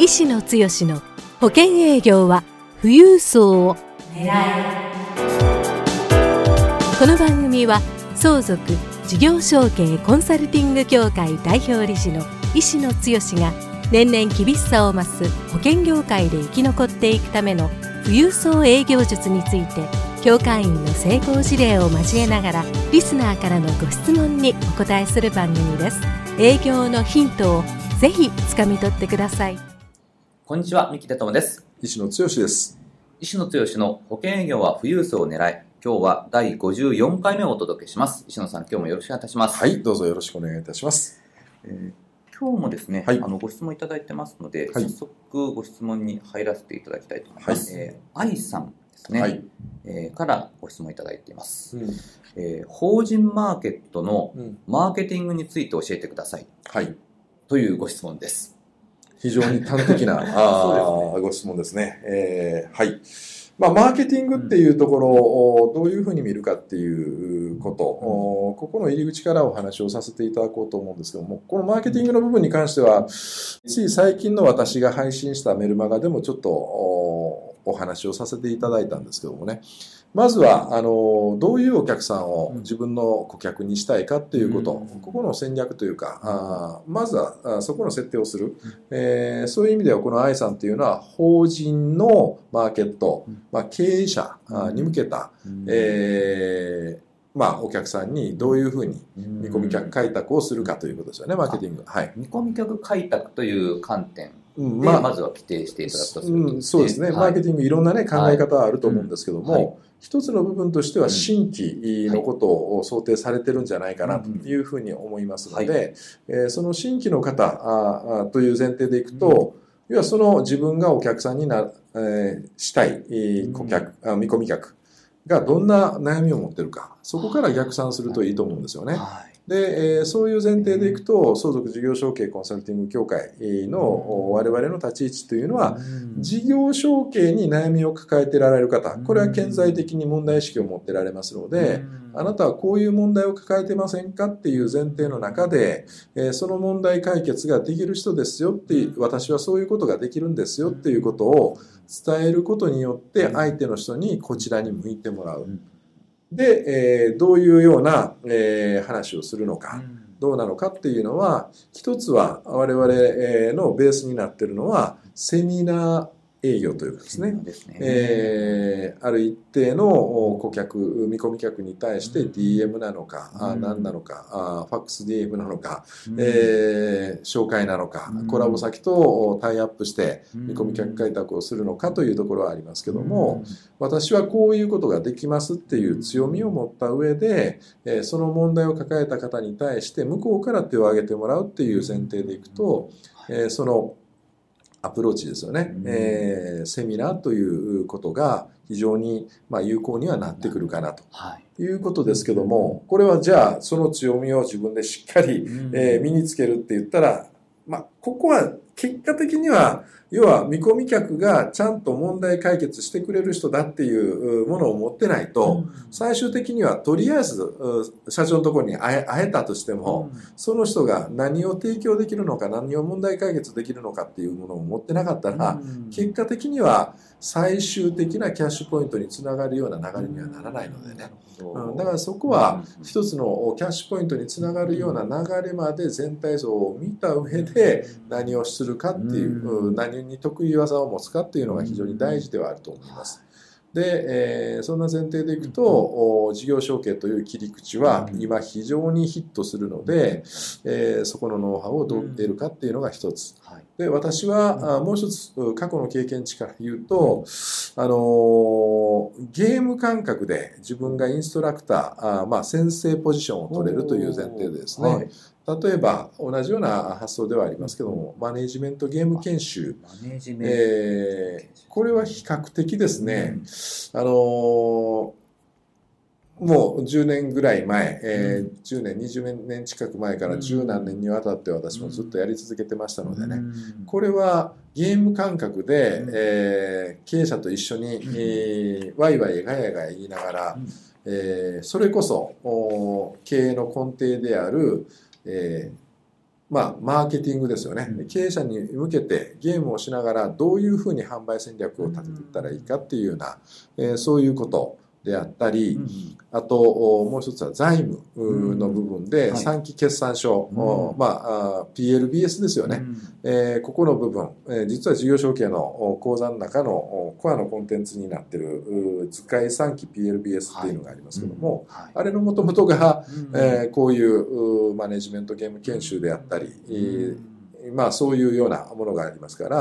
石野剛の保険営業は富裕層を狙い。この番組は相続事業承継コンサルティング協会代表理事の石野剛が年々厳しさを増す保険業界で生き残っていくための富裕層営業術について、協会員の成功事例を交えながらリスナーからのご質問にお答えする番組です。営業のヒントをぜひつかみ取ってください。 こんにちは、三木哲友です。 石野剛です。 石野剛の保険営業は富裕層を狙い。今日は第54回目をお届けします。石野さん、今日もよろしくお願いいたします。 はい、どうぞよろしくお願いいたします。 今日もですね、 はい、 ご質問いただいてますので、 はい、 早速ご質問に入らせていただきたいと思います。はい、愛さんですね、はいからご質問いただいています。法人マーケットのマーケティングについて教えてください、はい、というご質問です。 非常に端的なご質問ですね。はい。マーケティングっていうところをどういうふうに見るかっていうこと、ここの入り口からお話をさせていただこうと思うんですけども、このマーケティングの部分に関しては、つい最近の私が配信したメルマガでもちょっとお話をさせていただいたんですけどもね、まずはどういうお客さんを自分の顧客にしたいかっていうこと、ここの戦略というか、まずはそこの設定をする、そういう意味ではこの愛さんっていうのは法人のマーケット、経営者に向けた、お客さんにどういうふうに見込み客開拓をするかということですよね、マーケティング。はい、 見込み客開拓という観点でまずは規定していただくとするとですね、 そうですね、マーケティングいろんなね考え方はあると思うんですけども、一つの部分としては新規のことを想定されてるんじゃないかなというふうに思いますので、その新規の方という前提でいくと、要はその自分がお客さんにしたい見込み客がどんな悩みを持ってるか、そこから逆算するといいと思うんですよね。で、そういう前提でいくと、相続事業承継コンサルティング協会の我々の立ち位置というのは、事業承継に悩みを抱えてられる方、これは顕在的に問題意識を持ってられますので、あなたはこういう問題を抱えてませんかっていう前提の中で、その問題解決ができる人ですよっていう、私はそういうことができるんですよっていうことを伝えることによって、相手の人にこちらに向いてもらう。で、どういうような、話をするのか、どうなのかっていうのは、一つは我々のベースになっているのはセミナー営業というかですね、ある一定の見込み客に対して DM なのか、何なのか、ファックス DM なのか、紹介なのか、コラボ先とタイアップして見込み客開拓をするのかというところはありますけども、私はこういうことができますっていう強みを持った上で、その問題を抱えた方に対して向こうから手を挙げてもらうっていう前提でいくと、そのアプローチですよね、セミナーということが非常に有効にはなってくるかなということですけども、これはじゃあその強みを自分でしっかり身につけるって言ったら、ここは結果的には要は見込み客がちゃんと問題解決してくれる人だっていうものを持ってないと、最終的にはとりあえず社長のところに会えたとしても、その人が何を提供できるのか、何を問題解決できるのかっていうものを持ってなかったら、結果的には最終的なキャッシュポイントにつながるような流れにはならないのでね。だからそこは一つのキャッシュポイントにつながるような流れまで全体像を見た上で何をするかっていう、何に得意技を持つかっていうのが非常に大事ではあると思います。で、そんな前提でいくと、事業承継という切り口は今非常にヒットするので、そこのノウハウをどう得るかっていうのが一つ。で、私はもう一つ過去の経験値から言うと、ゲーム感覚で自分がインストラクター、先生ポジションを取れるという前提でですね、例えば同じような発想ではありますけども、マネジメントゲーム研修、これは比較的ですね、もう10年ぐらい前、10年、20年近く前から10何年にわたって私もずっとやり続けてましたのでね、これはゲーム感覚で、経営者と一緒に、ワイワイガヤガヤ言いながら、それこそ経営の根底である、 マーケティングですよね。経営者に向けてゲームをしながらどういうふうに販売戦略を立てていったらいいかっていうような、そういうことであったり、あともう一つは財務の部分で3期決算書、PLBS ですよね。ここの部分、実は事業承継の口座の中のコアのコンテンツになっている図解3期 PLBS っていうのがありますけども、あれの元々が、こういうマネジメントゲーム研修であったり、そういうようなものがありますから、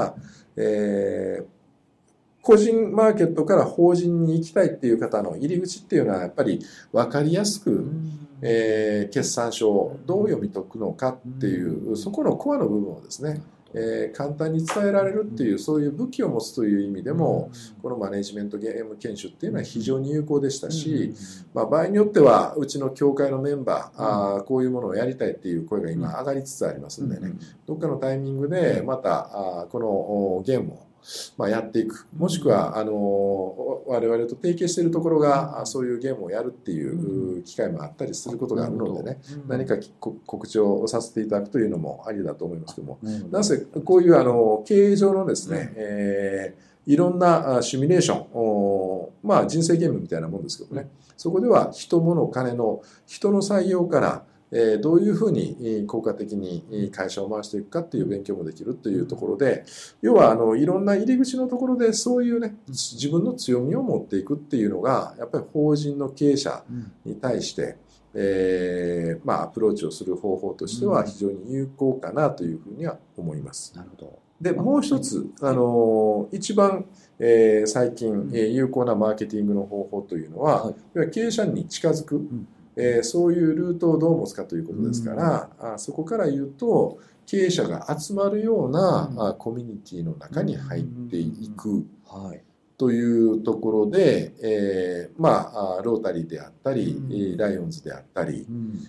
個人マーケットから法人に行きたいっていう方の入り口っていうのはやっぱり分かりやすく、決算書をどう読み解くのかっていうそこのコアの部分をですね、簡単に伝えられるっていうそういう武器を持つという意味でもこのマネジメントゲーム研修っていうのは非常に有効でしたし、場合によってはうちの協会のメンバーこういうものをやりたいっていう声が今上がりつつありますんでね、どっかのタイミングでまたこのゲームをやっていく、もしくは我々と提携しているところがそういうゲームをやるっていう機会もあったりすることがあるのでね、何か告知をさせていただくというのもありだと思いますけども、なぜこういう経営上のですね、いろんなシミュレーション、人生ゲームみたいなもんですけどね、そこでは人物金の人の採用からどういうふうに効果的に会社を回していくかっていう勉強もできるというところで、要はいろんな入り口のところでそういうね自分の強みを持っていくっていうのがやっぱり法人の経営者に対してアプローチをする方法としては非常に有効かなというふうには思います。 なるほど。 でもう一つ一番最近有効なマーケティングの方法というのは、経営者に近づく、そういうルートをどう持つかということですから、そこから言うと経営者が集まるような、コミュニティの中に入っていく、というところで、ロータリーであったり、ライオンズであったり、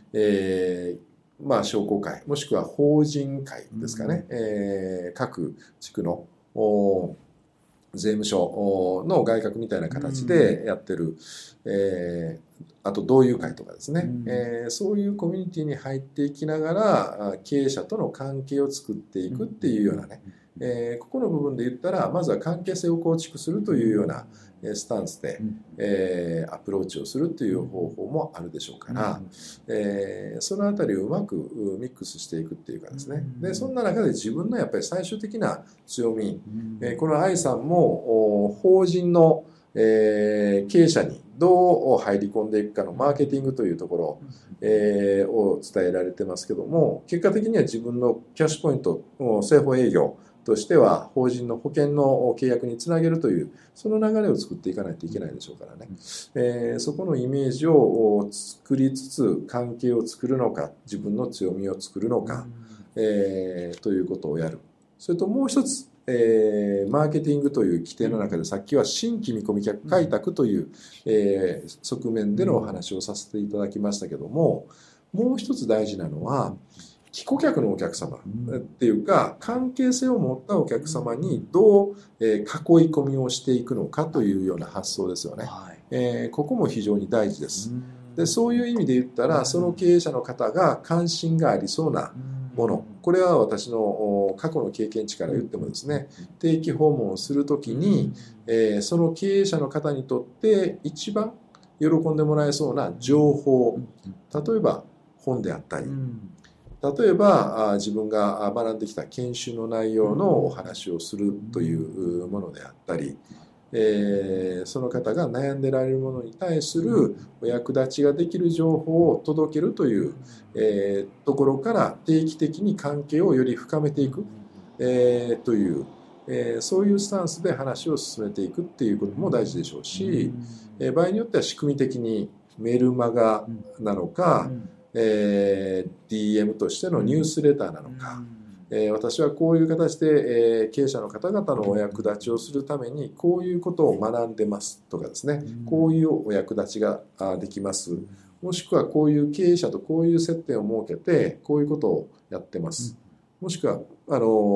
商工会もしくは法人会ですかね、各地区の税務署の外郭みたいな形でやってる、あと同友会とかですね、そういうコミュニティに入っていきながら経営者との関係を作っていくっていうようなね、ここの部分で言ったらまずは関係性を構築するというようなスタンスで、アプローチをするという方法もあるでしょうから、そのあたりをうまくミックスしていくっていうかですね、でそんな中で自分のやっぱり最終的な強み、この愛さんも法人の経営者にどう入り込んでいくかのマーケティングというところ、を伝えられてますけども、結果的には自分のキャッシュポイント正法営業としては法人の保険の契約につなげるというその流れを作っていかないといけないでしょうからね、そこのイメージを作りつつ関係を作るのか自分の強みを作るのか、ということをやる。それともう一つマーケティングという規定の中でさっきは新規見込み客開拓という、側面でのお話をさせていただきましたけども、もう一つ大事なのは既顧客のお客様っていうか関係性を持ったお客様にどう囲い込みをしていくのかというような発想ですよね、ここも非常に大事です。でそういう意味で言ったらその経営者の方が関心がありそうなもの、これは私の過去の経験値から言ってもですね、定期訪問をするときに、その経営者の方にとって一番喜んでもらえそうな情報、例えば本であったり、例えば自分が学んできた研修の内容のお話をするというものであったり、その方が悩んでられるものに対するお役立ちができる情報を届けるという、ところから定期的に関係をより深めていく、という、そういうスタンスで話を進めていくっていうことも大事でしょうし、場合によっては仕組み的にメルマガなのか、DM としてのニュースレターなのか、私はこういう形で、経営者の方々のお役立ちをするためにこういうことを学んでますとかですね、こういうお役立ちができます、もしくはこういう経営者とこういう接点を設けてこういうことをやってます、もしくは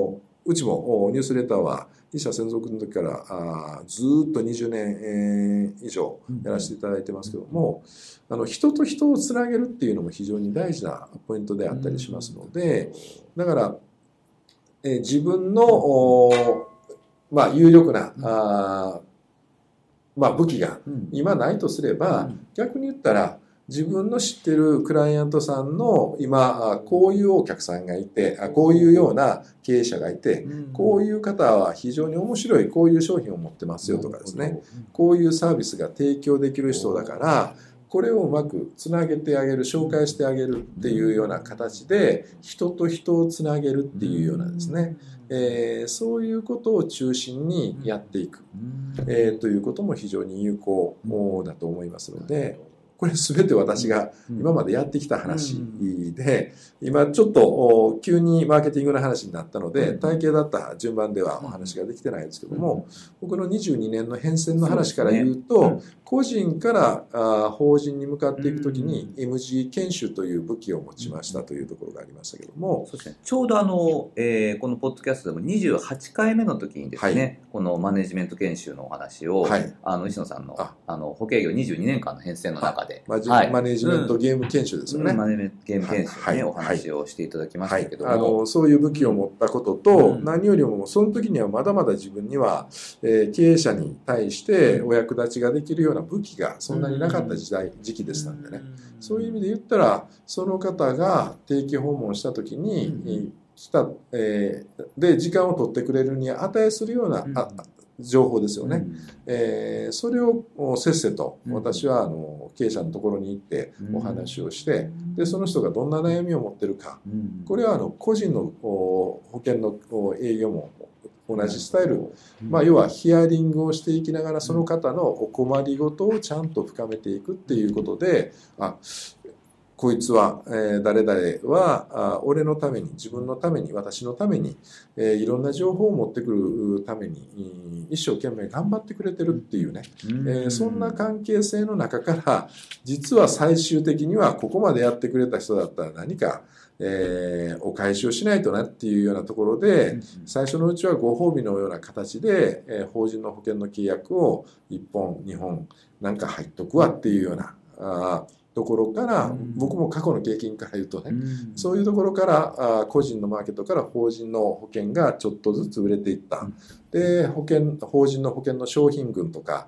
うちもニュースレターは一社専属の時からずっと20年以上やらせていただいてますけども、人と人をつなげるっていうのも非常に大事なポイントであったりしますので、だから、自分の、有力な武器が今ないとすれば、逆に言ったら自分の知ってるクライアントさんの今こういうお客さんがいて、こういうような経営者がいて、こういう方は非常に面白いこういう商品を持ってますよとかですね、こういうサービスが提供できる人だからこれをうまくつなげてあげる、紹介してあげるっていうような形で人と人をつなげるっていうようなですね、そういうことを中心にやっていく、ということも非常に有効だと思いますので、これ全て私が今までやってきた話で、今ちょっと急にマーケティングの話になったので体系だった順番ではお話ができてないんですけども、僕の22年の変遷の話から言うと、個人から法人に向かっていくときに MG 研修という武器を持ちましたというところがありましたけども、 そうですね、ちょうどこのポッドキャストでも28回目の時にですね、このマネジメント研修のお話を、石野さんの保険業22年間の変遷の中で、 マネジメントゲーム研修ですよね。 マネジメントゲーム研修ね、お話をしていただきましたけども、 そういう武器を持ったことと、何よりもその時にはまだまだ自分には、経営者に対してお役立ちができるような武器がそんなになかった時期でしたんでね、そういう意味で言ったらその方が定期訪問した時に来た、で時間を取ってくれるに値するような、情報ですよね、それをせっせと私は経営者のところに行ってお話をして、でその人がどんな悩みを持ってるか、これは個人の保険の営業も同じスタイル、要はヒアリングをしていきながらその方のお困りごとをちゃんと深めていくっていうことで、こいつは、誰々は俺のために、自分のために、私のために、いろんな情報を持ってくるために一生懸命頑張ってくれてるっていうね、そんな関係性の中から実は最終的にはここまでやってくれた人だったら何かお返しをしないとなっていうようなところで、最初のうちはご褒美のような形で、法人の保険の契約を1本2本なんか入っとくわっていうようなところから、僕も過去の経験から言うとね、そういうところから個人のマーケットから法人の保険がちょっとずつ売れていった。で法人の保険の商品群とか、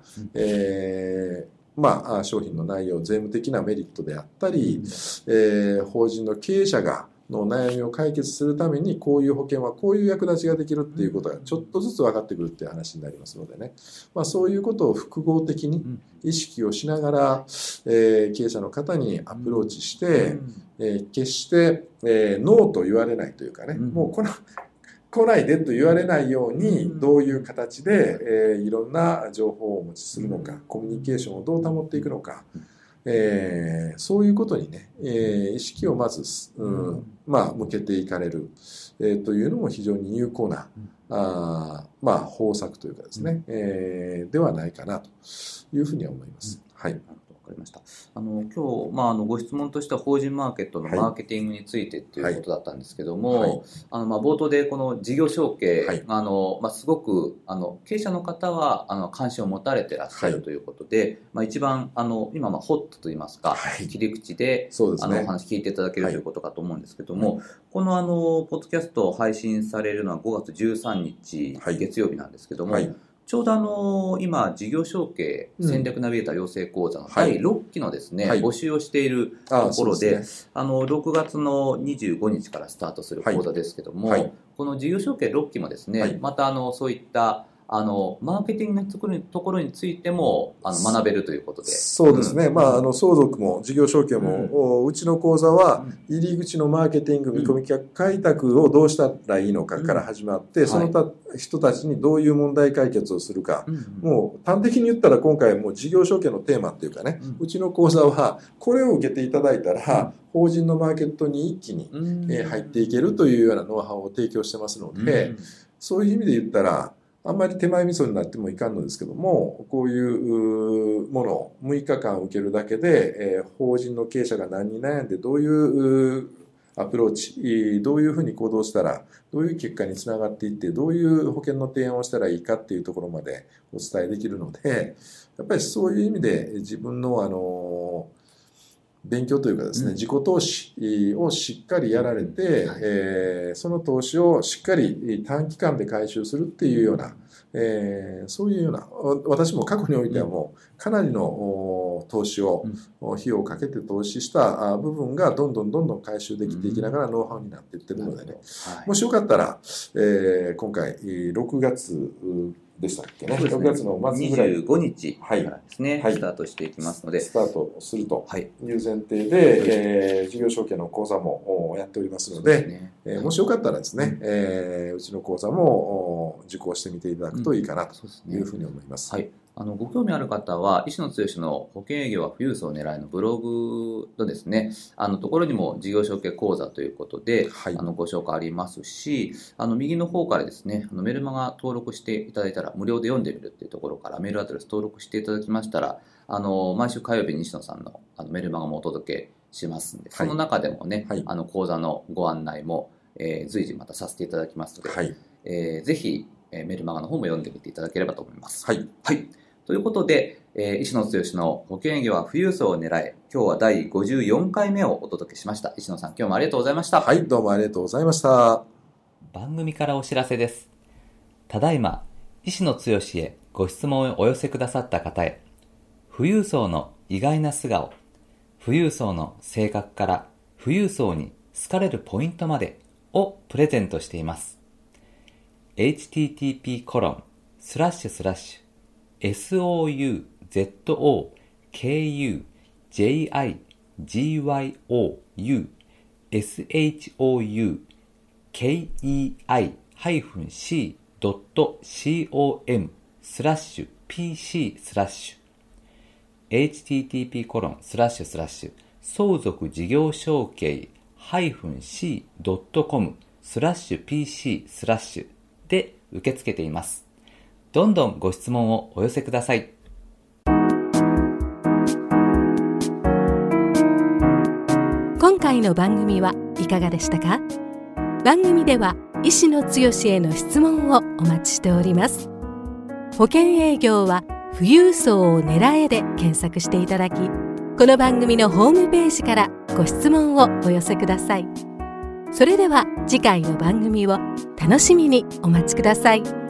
商品の内容、税務的なメリットであったり、法人の経営者の悩みを解決するためにこういう保険はこういう役立ちができるっていうことがちょっとずつ分かってくるっていう話になりますのでね、そういうことを複合的に意識をしながら、経営者の方にアプローチして、決して、ノーと言われないというかね、もう来ないでと言われないようにどういう形で、いろんな情報をお持ちするのか、コミュニケーションをどう保っていくのか、そういうことにね、意識をまず、向けていかれる、というのも非常に有効な方策というかですね、ではないかなというふうには思います。はい。 わかりました。今日、ご質問としては法人マーケットのマーケティングについてということだったんですけども、冒頭でこの事業承継、すごく経営者の方は関心を持たれてらっしゃるということで、一番今ホットといいますか、切り口で、お話聞いていただけるということかと思うんですけども、このポッドキャストを配信されるのは5月13日、月曜日なんですけども、ちょうど今、事業承継戦略ナビゲーター養成講座の第6期のですね、募集をしているところで、6月の25日からスタートする講座ですけども、この事業承継6期もですね、またそういったマーケティングのところについても学べるということで。 そうですね。相続も事業承継も、うちの講座は入り口のマーケティング見込み客開拓をどうしたらいいのかから始まって、その人たちにどういう問題解決をするか、もう端的に言ったら今回もう事業承継のテーマっていうかね、うちの講座はこれを受けていただいたら、法人のマーケットに一気に入っていけるというようなノウハウを提供してますので、そういう意味で言ったらあんまり手前味噌になってもいかんのですけども、こういうものを6日間受けるだけで、法人の経営者が何に悩んでどういうアプローチ、どういうふうに行動したらどういう結果につながっていって、どういう保険の提案をしたらいいかっていうところまでお伝えできるので、やっぱりそういう意味で自分の勉強というかですね、自己投資をしっかりやられて、その投資をしっかり短期間で回収するっていうような、そういうような、私も過去においてはもうかなりの投資を、費用をかけて投資した部分がどんどん回収できていきながらノウハウになっていってるのでね、もしよかったら、今回6月でしたっけね。6月の末ぐらい。 25日からですね、スタートしていきますので。 スタートするという前提で、事業承継の講座もやっておりますので、もしよかったらですね、うちの講座も受講してみていただくといいかなというふうに思います。 ご興味ある方は、石野剛の保険営業は富裕層を狙いのブログのですね、ところにも事業承継講座ということで、ご紹介ありますし、右の方からですね、メルマガ登録していただいたら、無料で読んでみるっていうところからメールアドレス登録していただきましたら、毎週火曜日に石野さんのメルマガもお届けしますんで、その中でもね、講座のご案内も、随時またさせていただきますので、ぜひ、メルマガの方も読んでみていただければと思います。ということで、石野剛の保険営業は富裕層を狙え、今日は第54回目をお届けしました。石野さん、今日もありがとうございました。 どうもありがとうございました。 番組からお知らせです。ただいま、石野剛へご質問をお寄せくださった方へ、富裕層の意外な素顔、富裕層の性格から富裕層に好かれるポイントまでをプレゼントしています。http://souzokei-jizou.pc/pc/ 相続事業承継 -c.com/pc/ で受け付けています。どんどんご質問をお寄せください。 今回の番組はいかがでしたか？番組では石野剛への質問をお待ちしております。保険営業は富裕層を狙えで検索していただき、この番組のホームページからご質問をお寄せください。それでは次回の番組を楽しみにお待ちください。